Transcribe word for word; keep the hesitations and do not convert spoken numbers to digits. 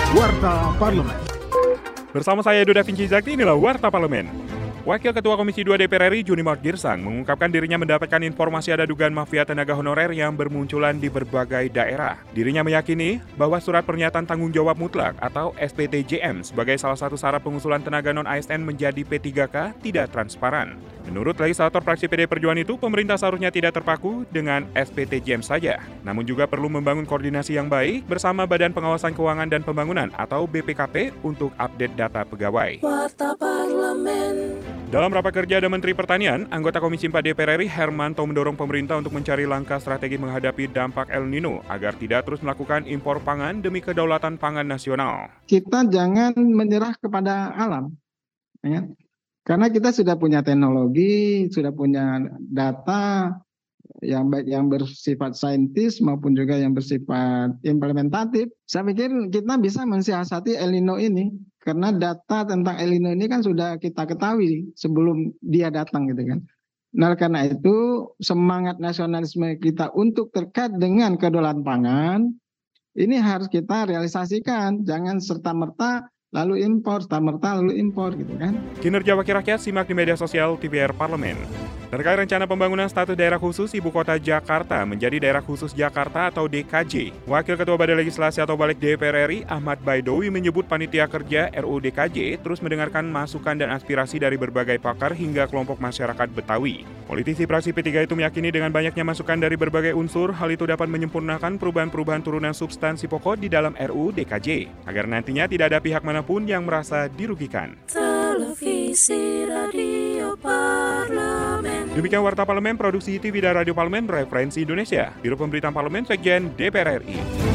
Warta Parlemen. Bersama saya Edo Da Vinci Zakti, inilah Warta Parlemen. Wakil Ketua Komisi dua D P R R I Junimart Girsang mengungkapkan dirinya mendapatkan informasi ada dugaan mafia tenaga honorer yang bermunculan di berbagai daerah. Dirinya meyakini bahwa surat pernyataan tanggung jawab mutlak atau S P T J M sebagai salah satu syarat pengusulan tenaga non-A S N menjadi P tiga K tidak transparan. Menurut legislator fraksi P D I Perjuangan itu, pemerintah seharusnya tidak terpaku dengan S P T J M saja, namun juga perlu membangun koordinasi yang baik bersama Badan Pengawasan Keuangan dan Pembangunan atau B P K P untuk update data pegawai. Warta Parlemen. Dalam rapat kerja ada Menteri Pertanian, anggota Komisi empat D P R R I Hermanto mendorong pemerintah untuk mencari langkah strategi menghadapi dampak El Nino agar tidak terus melakukan impor pangan demi kedaulatan pangan nasional. Kita jangan menyerah kepada alam, ya. Karena kita sudah punya teknologi, sudah punya data yang baik yang bersifat saintis maupun juga yang bersifat implementatif. Saya pikir kita bisa mensiasati El Nino ini. Karena data tentang El Nino ini kan sudah kita ketahui sebelum dia datang gitu kan. Nah karena itu semangat nasionalisme kita untuk terkait dengan kedaulatan pangan ini harus kita realisasikan. Jangan serta-merta lalu impor, serta-merta lalu impor gitu kan. Kinerja Wakil Rakyat simak di media sosial T V R Parlemen. Terkait rencana pembangunan status daerah khusus Ibu Kota Jakarta menjadi daerah khusus Jakarta atau D K J, Wakil Ketua Badan Legislasi atau Balik D P R R I Ahmad Baidowi menyebut panitia kerja R U D K J terus mendengarkan masukan dan aspirasi dari berbagai pakar hingga kelompok masyarakat Betawi. Politisi fraksi P tiga itu meyakini dengan banyaknya masukan dari berbagai unsur, hal itu dapat menyempurnakan perubahan-perubahan turunan substansi pokok di dalam R U D K J, agar nantinya tidak ada pihak manapun yang merasa dirugikan. Televisi Radio Parlemen. Demikian Warta Parlemen, produksi T V dan Radio Parlemen, Referensi Indonesia, Biro Pemberitaan Parlemen, Sekjen D P R R I.